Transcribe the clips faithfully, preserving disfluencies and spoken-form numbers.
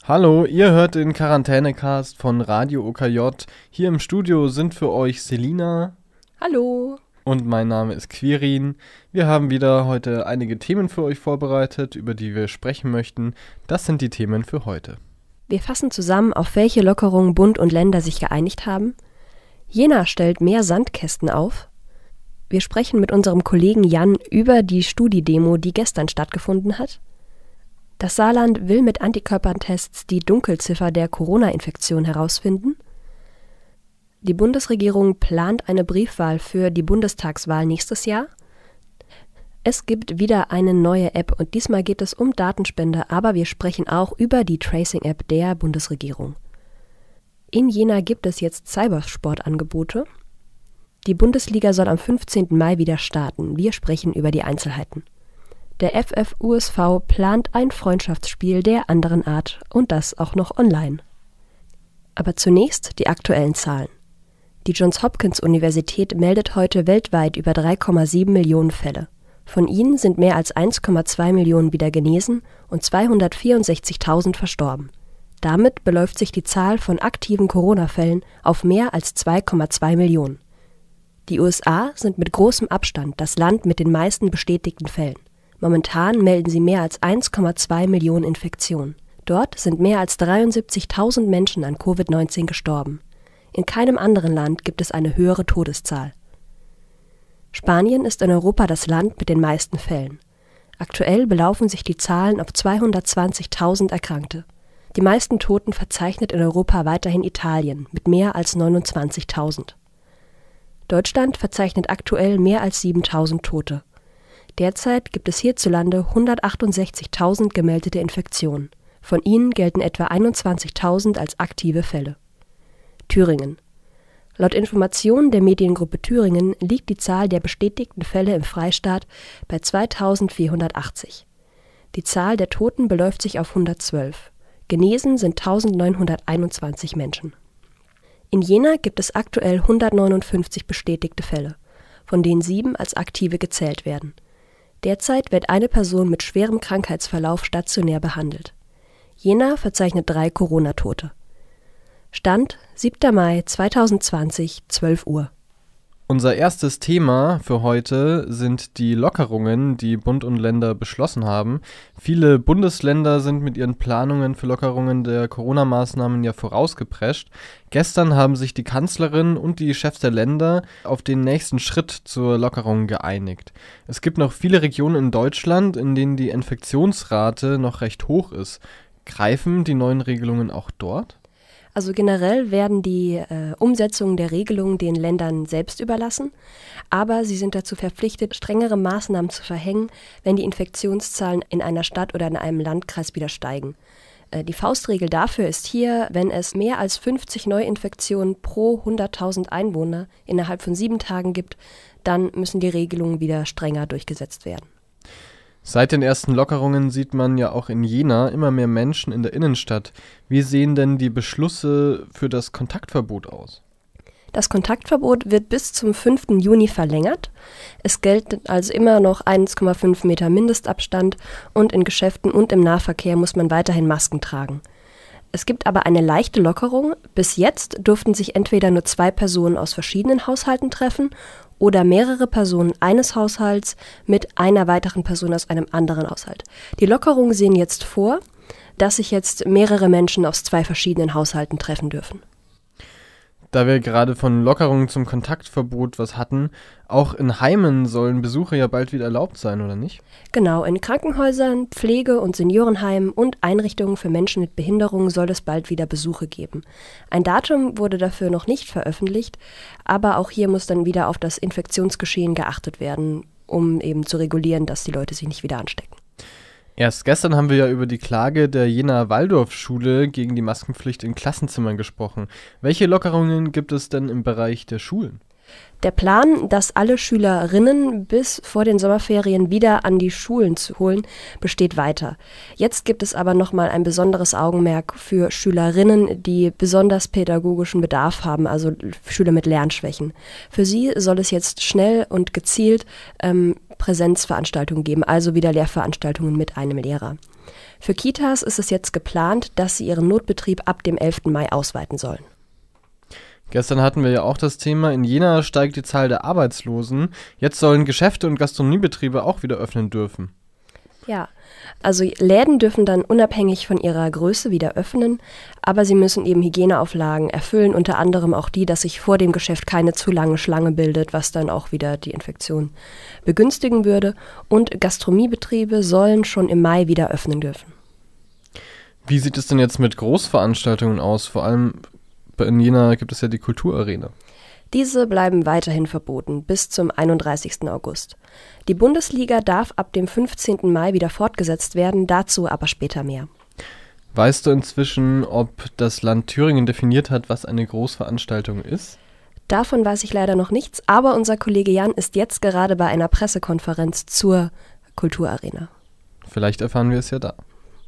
Hallo, ihr hört den Quarantänecast von Radio O K J. Hier im Studio sind für euch Selina. Hallo. Und mein Name ist Quirin. Wir haben wieder heute einige Themen für euch vorbereitet, über die wir sprechen möchten. Das sind die Themen für heute. Wir fassen zusammen, auf welche Lockerungen Bund und Länder sich geeinigt haben. Jena stellt mehr Sandkästen auf. Wir sprechen mit unserem Kollegen Jan über die Studi-Demo, die gestern stattgefunden hat. Das Saarland will mit Antikörpertests die Dunkelziffer der Corona-Infektion herausfinden. Die Bundesregierung plant eine Briefwahl für die Bundestagswahl nächstes Jahr. Es gibt wieder eine neue App und diesmal geht es um Datenspende, aber wir sprechen auch über die Tracing-App der Bundesregierung. In Jena gibt es jetzt Cybersportangebote. Die Bundesliga soll am fünfzehnten Mai wieder starten. Wir sprechen über die Einzelheiten. Der F F U S V plant ein Freundschaftsspiel der anderen Art und das auch noch online. Aber zunächst die aktuellen Zahlen. Die Johns Hopkins Universität meldet heute weltweit über drei Komma sieben Millionen Fälle. Von ihnen sind mehr als eins Komma zwei Millionen wieder genesen und zweihundertvierundsechzigtausend verstorben. Damit beläuft sich die Zahl von aktiven Corona-Fällen auf mehr als zwei Komma zwei Millionen. Die U S A sind mit großem Abstand das Land mit den meisten bestätigten Fällen. Momentan melden sie mehr als eins Komma zwei Millionen Infektionen. Dort sind mehr als dreiundsiebzigtausend Menschen an Covid neunzehn gestorben. In keinem anderen Land gibt es eine höhere Todeszahl. Spanien ist in Europa das Land mit den meisten Fällen. Aktuell belaufen sich die Zahlen auf zweihundertzwanzigtausend Erkrankte. Die meisten Toten verzeichnet in Europa weiterhin Italien mit mehr als neunundzwanzigtausend. Deutschland verzeichnet aktuell mehr als siebentausend Tote. Derzeit gibt es hierzulande hundertachtundsechzigtausend gemeldete Infektionen. Von ihnen gelten etwa einundzwanzigtausend als aktive Fälle. Thüringen. Laut Informationen der Mediengruppe Thüringen liegt die Zahl der bestätigten Fälle im Freistaat bei zweitausendvierhundertachtzig. Die Zahl der Toten beläuft sich auf hundertzwölf. Genesen sind eintausendneunhunderteinundzwanzig Menschen. In Jena gibt es aktuell hundertneunundfünfzig bestätigte Fälle, von denen sieben als aktive gezählt werden. Derzeit wird eine Person mit schwerem Krankheitsverlauf stationär behandelt. Jena verzeichnet drei Corona-Tote. Stand siebter Mai zweitausendzwanzig, zwölf Uhr. Unser erstes Thema für heute sind die Lockerungen, die Bund und Länder beschlossen haben. Viele Bundesländer sind mit ihren Planungen für Lockerungen der Corona-Maßnahmen ja vorausgeprescht. Gestern haben sich die Kanzlerin und die Chefs der Länder auf den nächsten Schritt zur Lockerung geeinigt. Es gibt noch viele Regionen in Deutschland, in denen die Infektionsrate noch recht hoch ist. Greifen die neuen Regelungen auch dort? Also generell werden die äh, Umsetzungen der Regelungen den Ländern selbst überlassen, aber sie sind dazu verpflichtet, strengere Maßnahmen zu verhängen, wenn die Infektionszahlen in einer Stadt oder in einem Landkreis wieder steigen. Äh, die Faustregel dafür ist hier, wenn es mehr als fünfzig Neuinfektionen pro hunderttausend Einwohner innerhalb von sieben Tagen gibt, dann müssen die Regelungen wieder strenger durchgesetzt werden. Seit den ersten Lockerungen sieht man ja auch in Jena immer mehr Menschen in der Innenstadt. Wie sehen denn die Beschlüsse für das Kontaktverbot aus? Das Kontaktverbot wird bis zum fünften Juni verlängert. Es gilt also immer noch eins Komma fünf Meter Mindestabstand und in Geschäften und im Nahverkehr muss man weiterhin Masken tragen. Es gibt aber eine leichte Lockerung. Bis jetzt durften sich entweder nur zwei Personen aus verschiedenen Haushalten treffen oder mehrere Personen eines Haushalts mit einer weiteren Person aus einem anderen Haushalt. Die Lockerungen sehen jetzt vor, dass sich jetzt mehrere Menschen aus zwei verschiedenen Haushalten treffen dürfen. Da wir gerade von Lockerungen zum Kontaktverbot was hatten, auch in Heimen sollen Besuche ja bald wieder erlaubt sein, oder nicht? Genau, in Krankenhäusern, Pflege- und Seniorenheimen und Einrichtungen für Menschen mit Behinderungen soll es bald wieder Besuche geben. Ein Datum wurde dafür noch nicht veröffentlicht, aber auch hier muss dann wieder auf das Infektionsgeschehen geachtet werden, um eben zu regulieren, dass die Leute sich nicht wieder anstecken. Erst gestern haben wir ja über die Klage der Jenaer Waldorfschule gegen die Maskenpflicht in Klassenzimmern gesprochen. Welche Lockerungen gibt es denn im Bereich der Schulen? Der Plan, dass alle Schülerinnen bis vor den Sommerferien wieder an die Schulen zu holen, besteht weiter. Jetzt gibt es aber nochmal ein besonderes Augenmerk für Schülerinnen, die besonders pädagogischen Bedarf haben, also Schüler mit Lernschwächen. Für sie soll es jetzt schnell und gezielt ähm, Präsenzveranstaltungen geben, also wieder Lehrveranstaltungen mit einem Lehrer. Für Kitas ist es jetzt geplant, dass sie ihren Notbetrieb ab dem elften Mai ausweiten sollen. Gestern hatten wir ja auch das Thema, in Jena steigt die Zahl der Arbeitslosen. Jetzt sollen Geschäfte und Gastronomiebetriebe auch wieder öffnen dürfen. Ja, also Läden dürfen dann unabhängig von ihrer Größe wieder öffnen, aber sie müssen eben Hygieneauflagen erfüllen, unter anderem auch die, dass sich vor dem Geschäft keine zu lange Schlange bildet, was dann auch wieder die Infektion begünstigen würde. Und Gastronomiebetriebe sollen schon im Mai wieder öffnen dürfen. Wie sieht es denn jetzt mit Großveranstaltungen aus? Vor allem in Jena gibt es ja die Kulturarena. Diese bleiben weiterhin verboten bis zum einunddreißigsten August. Die Bundesliga darf ab dem fünfzehnten Mai wieder fortgesetzt werden, dazu aber später mehr. Weißt du inzwischen, ob das Land Thüringen definiert hat, was eine Großveranstaltung ist? Davon weiß ich leider noch nichts, aber unser Kollege Jan ist jetzt gerade bei einer Pressekonferenz zur Kulturarena. Vielleicht erfahren wir es ja da.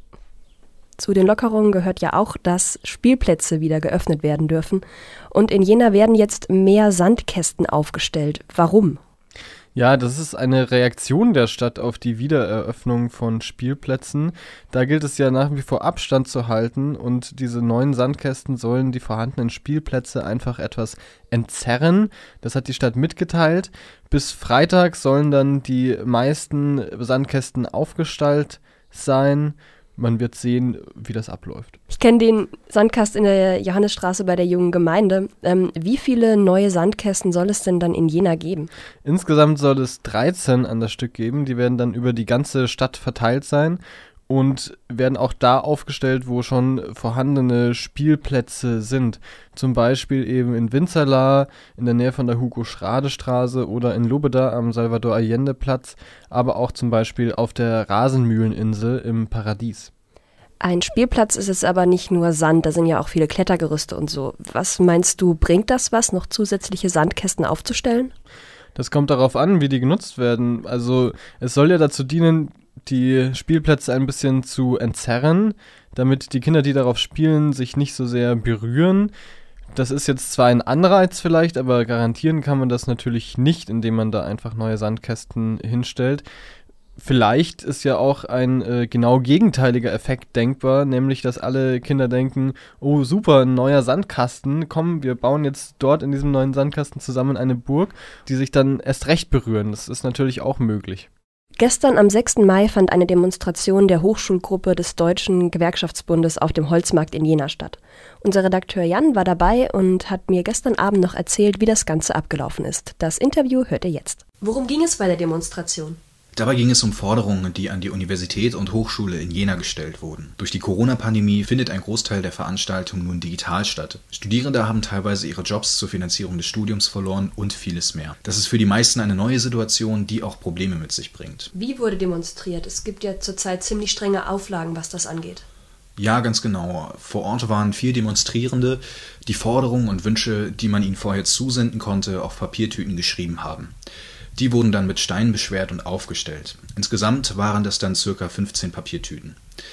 Zu den Lockerungen gehört ja auch, dass Spielplätze wieder geöffnet werden dürfen. Und in Jena werden jetzt mehr Sandkästen aufgestellt. Warum? Ja, das ist eine Reaktion der Stadt auf die Wiedereröffnung von Spielplätzen. Da gilt es ja nach wie vor Abstand zu halten und diese neuen Sandkästen sollen die vorhandenen Spielplätze einfach etwas entzerren. Das hat die Stadt mitgeteilt. Bis Freitag sollen dann die meisten Sandkästen aufgestellt sein. Man wird sehen, wie das abläuft. Ich kenne den Sandkasten in der Johannesstraße bei der Jungen Gemeinde. Ähm, wie viele neue Sandkästen soll es denn dann in Jena geben? Insgesamt soll es dreizehn an das Stück geben. Die werden dann über die ganze Stadt verteilt sein und werden auch da aufgestellt, wo schon vorhandene Spielplätze sind. Zum Beispiel eben in Winzerla, in der Nähe von der Hugo-Schrade-Straße oder in Lobeda am Salvador-Allende-Platz, aber auch zum Beispiel auf der Rasenmühleninsel im Paradies. Ein Spielplatz ist es aber nicht nur Sand, da sind ja auch viele Klettergerüste und so. Was meinst du, bringt das was, noch zusätzliche Sandkästen aufzustellen? Das kommt darauf an, wie die genutzt werden. Also es soll ja dazu dienen, die Spielplätze ein bisschen zu entzerren, damit die Kinder, die darauf spielen, sich nicht so sehr berühren. Das ist jetzt zwar ein Anreiz vielleicht, aber garantieren kann man das natürlich nicht, indem man da einfach neue Sandkästen hinstellt. Vielleicht ist ja auch ein äh, genau gegenteiliger Effekt denkbar, nämlich dass alle Kinder denken, oh super, ein neuer Sandkasten, komm, wir bauen jetzt dort in diesem neuen Sandkasten zusammen eine Burg, die sich dann erst recht berühren. Das ist natürlich auch möglich. Gestern am sechsten Mai fand eine Demonstration der Hochschulgruppe des Deutschen Gewerkschaftsbundes auf dem Holzmarkt in Jena statt. Unser Redakteur Jan war dabei und hat mir gestern Abend noch erzählt, wie das Ganze abgelaufen ist. Das Interview hört ihr jetzt. Worum ging es bei der Demonstration? Dabei ging es um Forderungen, die an die Universität und Hochschule in Jena gestellt wurden. Durch die Corona-Pandemie findet ein Großteil der Veranstaltungen nun digital statt. Studierende haben teilweise ihre Jobs zur Finanzierung des Studiums verloren und vieles mehr. Das ist für die meisten eine neue Situation, die auch Probleme mit sich bringt. Wie wurde demonstriert? Es gibt ja zurzeit ziemlich strenge Auflagen, was das angeht. Ja, ganz genau. Vor Ort waren vier Demonstrierende, die Forderungen und Wünsche, die man ihnen vorher zusenden konnte, auf Papiertüten geschrieben haben. Die wurden dann mit Steinen beschwert und aufgestellt. Insgesamt waren das dann circa fünfzehn Papiertüten.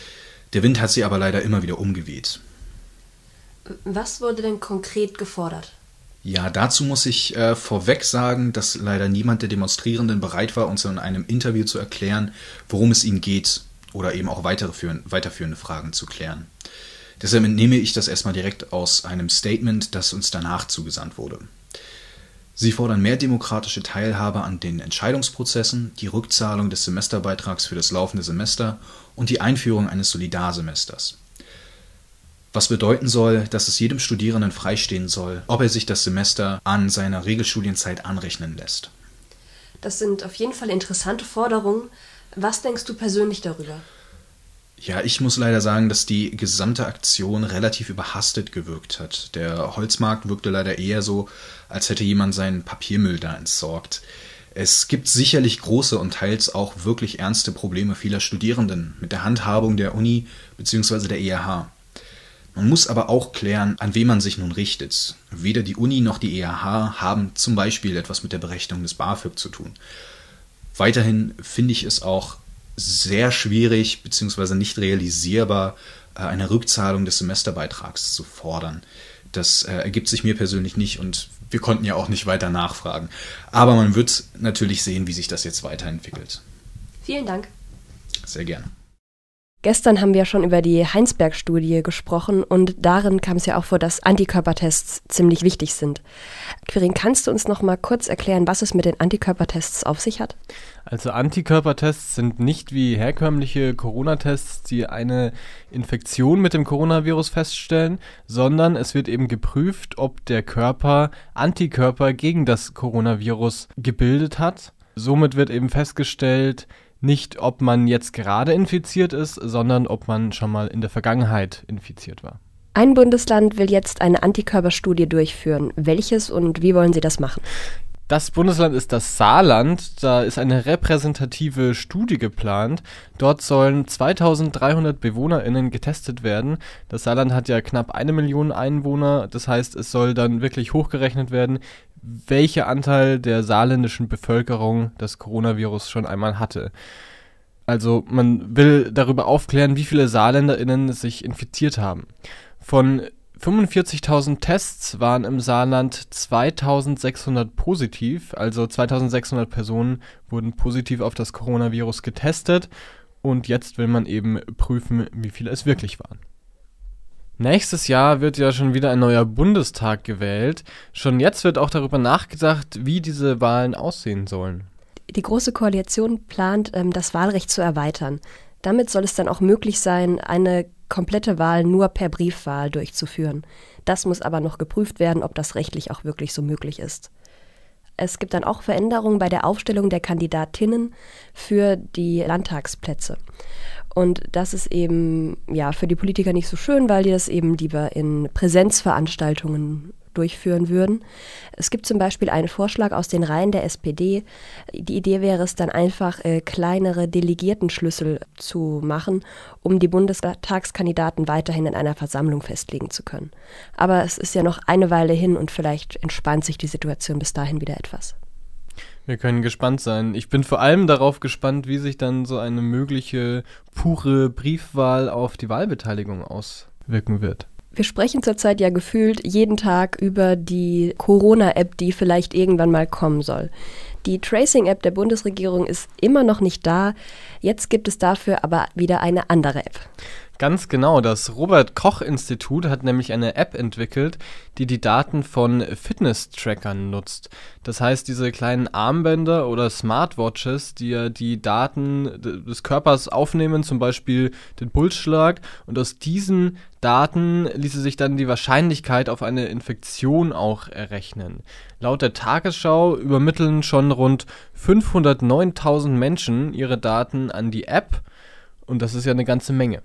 Der Wind hat sie aber leider immer wieder umgeweht. Was wurde denn konkret gefordert? Ja, dazu muss ich äh, vorweg sagen, dass leider niemand der Demonstrierenden bereit war, uns in einem Interview zu erklären, worum es ihnen geht oder eben auch weiterführende, weiterführende Fragen zu klären. Deshalb entnehme ich das erstmal direkt aus einem Statement, das uns danach zugesandt wurde. Sie fordern mehr demokratische Teilhabe an den Entscheidungsprozessen, die Rückzahlung des Semesterbeitrags für das laufende Semester und die Einführung eines Solidarsemesters. Was bedeuten soll, dass es jedem Studierenden freistehen soll, ob er sich das Semester an seiner Regelstudienzeit anrechnen lässt. Das sind auf jeden Fall interessante Forderungen. Was denkst du persönlich darüber? Ja, ich muss leider sagen, dass die gesamte Aktion relativ überhastet gewirkt hat. Der Holzmarkt wirkte leider eher so, als hätte jemand seinen Papiermüll da entsorgt. Es gibt sicherlich große und teils auch wirklich ernste Probleme vieler Studierenden mit der Handhabung der Uni bzw. der E A H. Man muss aber auch klären, an wen man sich nun richtet. Weder die Uni noch die E A H haben zum Beispiel etwas mit der Berechnung des BAföG zu tun. Weiterhin finde ich es auch sehr schwierig bzw. nicht realisierbar, eine Rückzahlung des Semesterbeitrags zu fordern. Das äh, ergibt sich mir persönlich nicht und wir konnten ja auch nicht weiter nachfragen. Aber man wird natürlich sehen, wie sich das jetzt weiterentwickelt. Vielen Dank. Sehr gerne. Gestern haben wir schon über die Heinsberg-Studie gesprochen und darin kam es ja auch vor, dass Antikörpertests ziemlich wichtig sind. Quirin, kannst du uns noch mal kurz erklären, was es mit den Antikörpertests auf sich hat? Also Antikörpertests sind nicht wie herkömmliche Corona-Tests, die eine Infektion mit dem Coronavirus feststellen, sondern es wird eben geprüft, ob der Körper Antikörper gegen das Coronavirus gebildet hat. Somit wird eben festgestellt, nicht, ob man jetzt gerade infiziert ist, sondern ob man schon mal in der Vergangenheit infiziert war. Ein Bundesland will jetzt eine Antikörperstudie durchführen. Welches und wie wollen Sie das machen? Das Bundesland ist das Saarland. Da ist eine repräsentative Studie geplant. Dort sollen zweitausenddreihundert BewohnerInnen getestet werden. Das Saarland hat ja knapp eine Million Einwohner. Das heißt, es soll dann wirklich hochgerechnet werden, welcher Anteil der saarländischen Bevölkerung das Coronavirus schon einmal hatte. Also man will darüber aufklären, wie viele SaarländerInnen sich infiziert haben. Von fünfundvierzigtausend Tests waren im Saarland zweitausendsechshundert positiv, also zweitausendsechshundert Personen wurden positiv auf das Coronavirus getestet und jetzt will man eben prüfen, wie viele es wirklich waren. Nächstes Jahr wird ja schon wieder ein neuer Bundestag gewählt. Schon jetzt wird auch darüber nachgedacht, wie diese Wahlen aussehen sollen. Die Große Koalition plant, das Wahlrecht zu erweitern. Damit soll es dann auch möglich sein, eine komplette Wahl nur per Briefwahl durchzuführen. Das muss aber noch geprüft werden, ob das rechtlich auch wirklich so möglich ist. Es gibt dann auch Veränderungen bei der Aufstellung der Kandidatinnen für die Landtagsplätze. Und das ist eben ja für die Politiker nicht so schön, weil die das eben lieber in Präsenzveranstaltungen durchführen würden. Es gibt zum Beispiel einen Vorschlag aus den Reihen der S P D. Die Idee wäre es dann einfach, äh, kleinere Delegiertenschlüssel zu machen, um die Bundestagskandidaten weiterhin in einer Versammlung festlegen zu können. Aber es ist ja noch eine Weile hin und vielleicht entspannt sich die Situation bis dahin wieder etwas. Wir können gespannt sein. Ich bin vor allem darauf gespannt, wie sich dann so eine mögliche pure Briefwahl auf die Wahlbeteiligung auswirken wird. Wir sprechen zurzeit ja gefühlt jeden Tag über die Corona-App, die vielleicht irgendwann mal kommen soll. Die Tracing-App der Bundesregierung ist immer noch nicht da. Jetzt gibt es dafür aber wieder eine andere App. Ganz genau, das Robert-Koch-Institut hat nämlich eine App entwickelt, die die Daten von Fitness-Trackern nutzt. Das heißt, diese kleinen Armbänder oder Smartwatches, die ja die Daten des Körpers aufnehmen, zum Beispiel den Pulsschlag, und aus diesen Daten ließe sich dann die Wahrscheinlichkeit auf eine Infektion auch errechnen. Laut der Tagesschau übermitteln schon rund fünfhundertneuntausend Menschen ihre Daten an die App und das ist ja eine ganze Menge.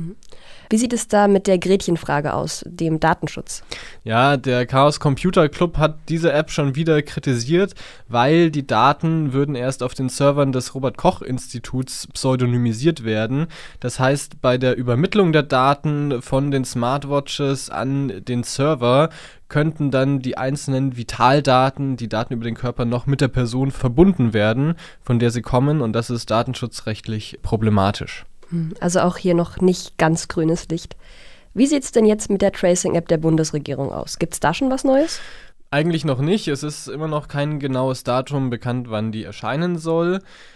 Wie sieht es da mit der Gretchenfrage aus, dem Datenschutz? Ja, der Chaos Computer Club hat diese App schon wieder kritisiert, weil die Daten würden erst auf den Servern des Robert-Koch-Instituts pseudonymisiert werden. Das heißt, bei der Übermittlung der Daten von den Smartwatches an den Server könnten dann die einzelnen Vitaldaten, die Daten über den Körper, noch mit der Person verbunden werden, von der sie kommen, und das ist datenschutzrechtlich problematisch. Also auch hier noch nicht ganz grünes Licht. Wie sieht es denn jetzt mit der Tracing-App der Bundesregierung aus? Gibt es da schon was Neues? Eigentlich noch nicht. Es ist immer noch kein genaues Datum bekannt, wann die erscheinen soll.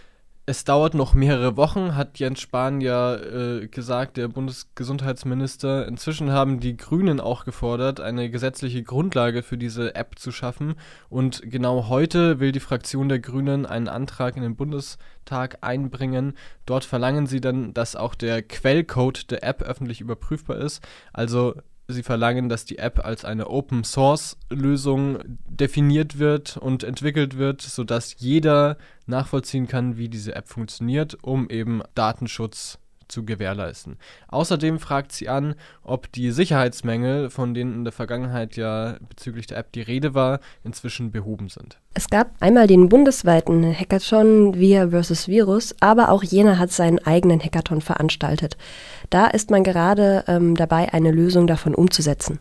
Es dauert noch mehrere Wochen, hat Jens Spahn ja äh, gesagt, der Bundesgesundheitsminister. Inzwischen haben die Grünen auch gefordert, eine gesetzliche Grundlage für diese App zu schaffen. Und genau heute will die Fraktion der Grünen einen Antrag in den Bundestag einbringen. Dort verlangen sie dann, dass auch der Quellcode der App öffentlich überprüfbar ist. Also sie verlangen, dass die App als eine Open-Source-Lösung definiert wird und entwickelt wird, sodass jeder nachvollziehen kann, wie diese App funktioniert, um eben Datenschutz zu gewährleisten. Außerdem fragt sie an, ob die Sicherheitsmängel, von denen in der Vergangenheit ja bezüglich der App die Rede war, inzwischen behoben sind. Es gab einmal den bundesweiten Hackathon Vir versus. Virus, aber auch Jena hat seinen eigenen Hackathon veranstaltet. Da ist man gerade ähm, dabei, eine Lösung davon umzusetzen.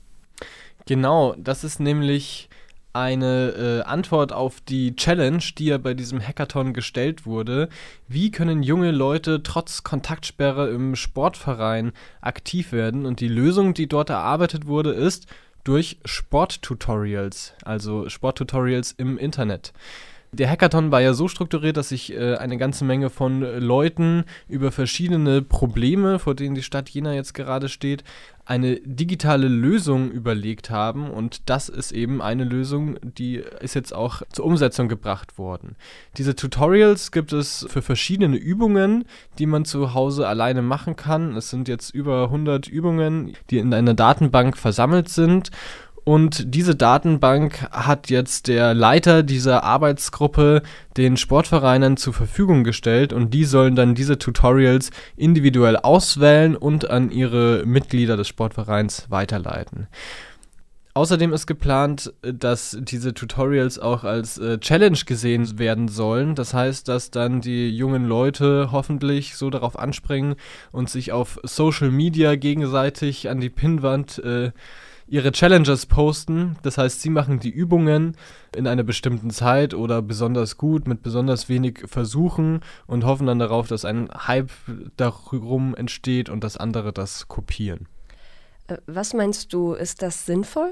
Genau, das ist nämlich eine äh, Antwort auf die Challenge, die ja bei diesem Hackathon gestellt wurde. Wie können junge Leute trotz Kontaktsperre im Sportverein aktiv werden? Und die Lösung, die dort erarbeitet wurde, ist durch Sporttutorials, also Sporttutorials im Internet. Der Hackathon war ja so strukturiert, dass sich äh, eine ganze Menge von Leuten über verschiedene Probleme, vor denen die Stadt Jena jetzt gerade steht, eine digitale Lösung überlegt haben, und das ist eben eine Lösung, die ist jetzt auch zur Umsetzung gebracht worden. Diese Tutorials gibt es für verschiedene Übungen, die man zu Hause alleine machen kann. Es sind jetzt über hundert Übungen, die in einer Datenbank versammelt sind. Und diese Datenbank hat jetzt der Leiter dieser Arbeitsgruppe den Sportvereinen zur Verfügung gestellt, und die sollen dann diese Tutorials individuell auswählen und an ihre Mitglieder des Sportvereins weiterleiten. Außerdem ist geplant, dass diese Tutorials auch als äh, Challenge gesehen werden sollen. Das heißt, dass dann die jungen Leute hoffentlich so darauf anspringen und sich auf Social Media gegenseitig an die Pinnwand äh, ihre Challenges posten. Das heißt, sie machen die Übungen in einer bestimmten Zeit oder besonders gut mit besonders wenig Versuchen und hoffen dann darauf, dass ein Hype darum entsteht und dass andere das kopieren. Was meinst du, ist das sinnvoll?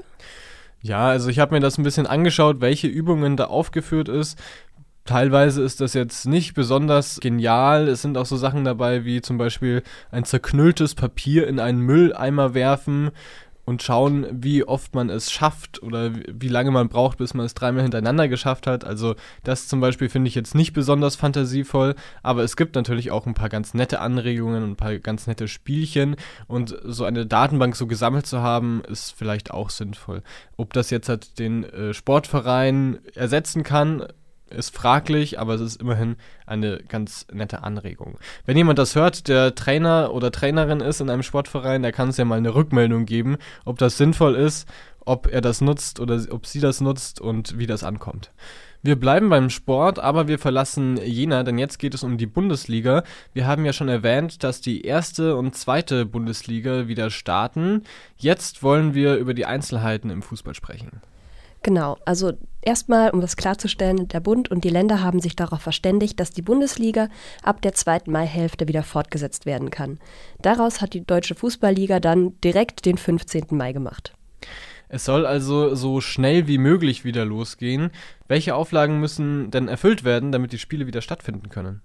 Ja, also ich habe mir das ein bisschen angeschaut, welche Übungen da aufgeführt ist. Teilweise ist das jetzt nicht besonders genial. Es sind auch so Sachen dabei, wie zum Beispiel ein zerknülltes Papier in einen Mülleimer werfen und schauen, wie oft man es schafft oder wie lange man braucht, bis man es dreimal hintereinander geschafft hat. Also das zum Beispiel finde ich jetzt nicht besonders fantasievoll, aber es gibt natürlich auch ein paar ganz nette Anregungen und ein paar ganz nette Spielchen, und so eine Datenbank so gesammelt zu haben, ist vielleicht auch sinnvoll. Ob das jetzt halt den äh, Sportverein ersetzen kann, ist fraglich, aber es ist immerhin eine ganz nette Anregung. Wenn jemand das hört, der Trainer oder Trainerin ist in einem Sportverein, der kann uns ja mal eine Rückmeldung geben, ob das sinnvoll ist, ob er das nutzt oder ob sie das nutzt und wie das ankommt. Wir bleiben beim Sport, aber wir verlassen Jena, denn jetzt geht es um die Bundesliga. Wir haben ja schon erwähnt, dass die erste und zweite Bundesliga wieder starten. Jetzt wollen wir über die Einzelheiten im Fußball sprechen. Genau, also erstmal, um das klarzustellen, der Bund und die Länder haben sich darauf verständigt, dass die Bundesliga ab der zweiten Maihälfte wieder fortgesetzt werden kann. Daraus hat die Deutsche Fußballliga dann direkt den fünfzehnten Mai gemacht. Es soll also so schnell wie möglich wieder losgehen. Welche Auflagen müssen denn erfüllt werden, damit die Spiele wieder stattfinden können?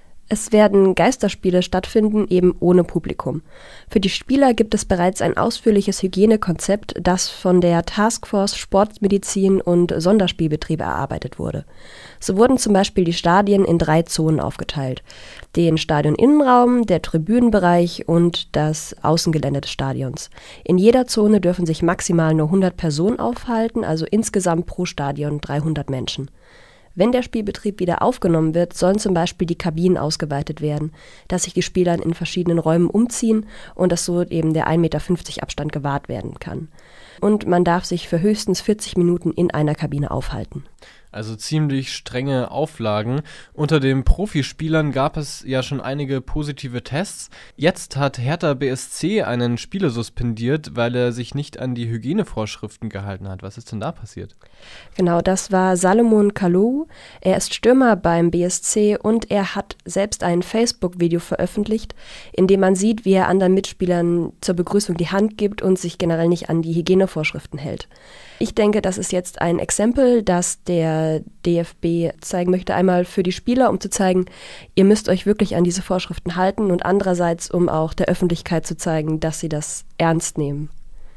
Es werden Geisterspiele stattfinden, eben ohne Publikum. Für die Spieler gibt es bereits ein ausführliches Hygienekonzept, das von der Taskforce Sportmedizin und Sonderspielbetriebe erarbeitet wurde. So wurden zum Beispiel die Stadien in drei Zonen aufgeteilt: den Stadioninnenraum, der Tribünenbereich und das Außengelände des Stadions. In jeder Zone dürfen sich maximal nur hundert Personen aufhalten, also insgesamt pro Stadion dreihundert Menschen. Wenn der Spielbetrieb wieder aufgenommen wird, sollen zum Beispiel die Kabinen ausgeweitet werden, dass sich die Spieler in verschiedenen Räumen umziehen und dass so eben der ein Meter fünfzig Abstand gewahrt werden kann. Und man darf sich für höchstens vierzig Minuten in einer Kabine aufhalten. Also ziemlich strenge Auflagen. Unter den Profispielern gab es ja schon einige positive Tests. Jetzt hat Hertha B S C einen Spieler suspendiert, weil er sich nicht an die Hygienevorschriften gehalten hat. Was ist denn da passiert? Genau, das war Salomon Kalou. Er ist Stürmer beim B S C und er hat selbst ein Facebook-Video veröffentlicht, in dem man sieht, wie er anderen Mitspielern zur Begrüßung die Hand gibt und sich generell nicht an die Hygienevorschriften hält. Ich denke, das ist jetzt ein Exempel, das der D F B zeigen möchte, einmal für die Spieler, um zu zeigen, ihr müsst euch wirklich an diese Vorschriften halten, und andererseits, um auch der Öffentlichkeit zu zeigen, dass sie das ernst nehmen.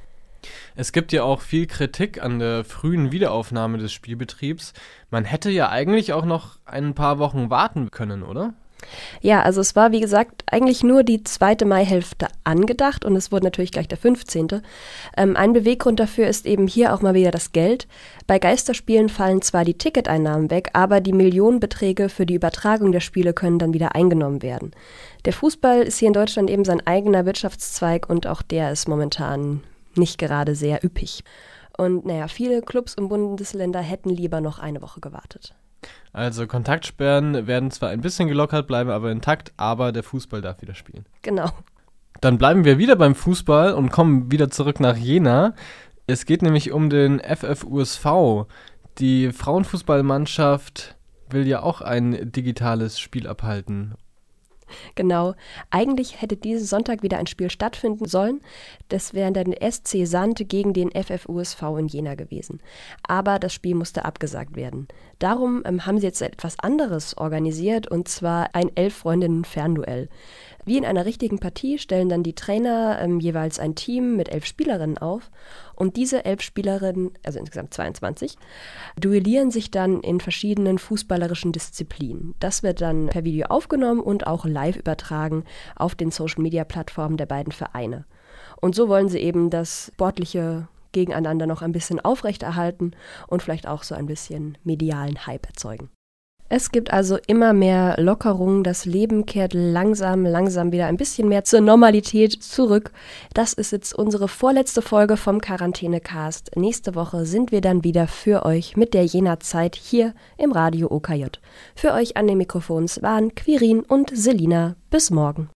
Es gibt ja auch viel Kritik an der frühen Wiederaufnahme des Spielbetriebs. Man hätte ja eigentlich auch noch ein paar Wochen warten können, oder? Ja, also es war, wie gesagt, eigentlich nur die zweite Maihälfte angedacht, und es wurde natürlich gleich der fünfzehnte Ähm, ein Beweggrund dafür ist eben hier auch mal wieder das Geld. Bei Geisterspielen fallen zwar die Ticketeinnahmen weg, aber die Millionenbeträge für die Übertragung der Spiele können dann wieder eingenommen werden. Der Fußball ist hier in Deutschland eben sein eigener Wirtschaftszweig, und auch der ist momentan nicht gerade sehr üppig. Und naja, viele Clubs und Bundesländer hätten lieber noch eine Woche gewartet. Also Kontaktsperren werden zwar ein bisschen gelockert, bleiben aber intakt, aber der Fußball darf wieder spielen. Genau. Dann bleiben wir wieder beim Fußball und kommen wieder zurück nach Jena. Es geht nämlich um den F F U S V. Die Frauenfußballmannschaft will ja auch ein digitales Spiel abhalten. Genau. Eigentlich hätte diesen Sonntag wieder ein Spiel stattfinden sollen. Das wäre dann der S C Sand gegen den F F U S V in Jena gewesen. Aber das Spiel musste abgesagt werden. Darum ähm, haben sie jetzt etwas anderes organisiert, und zwar ein Elf-Freundinnen-Fernduell. Wie in einer richtigen Partie stellen dann die Trainer ähm, jeweils ein Team mit elf Spielerinnen auf. Und diese elf Spielerinnen, also insgesamt zweiundzwanzig, duellieren sich dann in verschiedenen fußballerischen Disziplinen. Das wird dann per Video aufgenommen und auch live übertragen auf den Social-Media-Plattformen der beiden Vereine. Und so wollen sie eben das sportliche Gegeneinander noch ein bisschen aufrechterhalten und vielleicht auch so ein bisschen medialen Hype erzeugen. Es gibt also immer mehr Lockerungen, das Leben kehrt langsam, langsam wieder ein bisschen mehr zur Normalität zurück. Das ist jetzt unsere vorletzte Folge vom Quarantäne-Cast. Nächste Woche sind wir dann wieder für euch mit der Jena-Zeit hier im Radio O K J. Für euch an den Mikrofons waren Quirin und Selina. Bis morgen.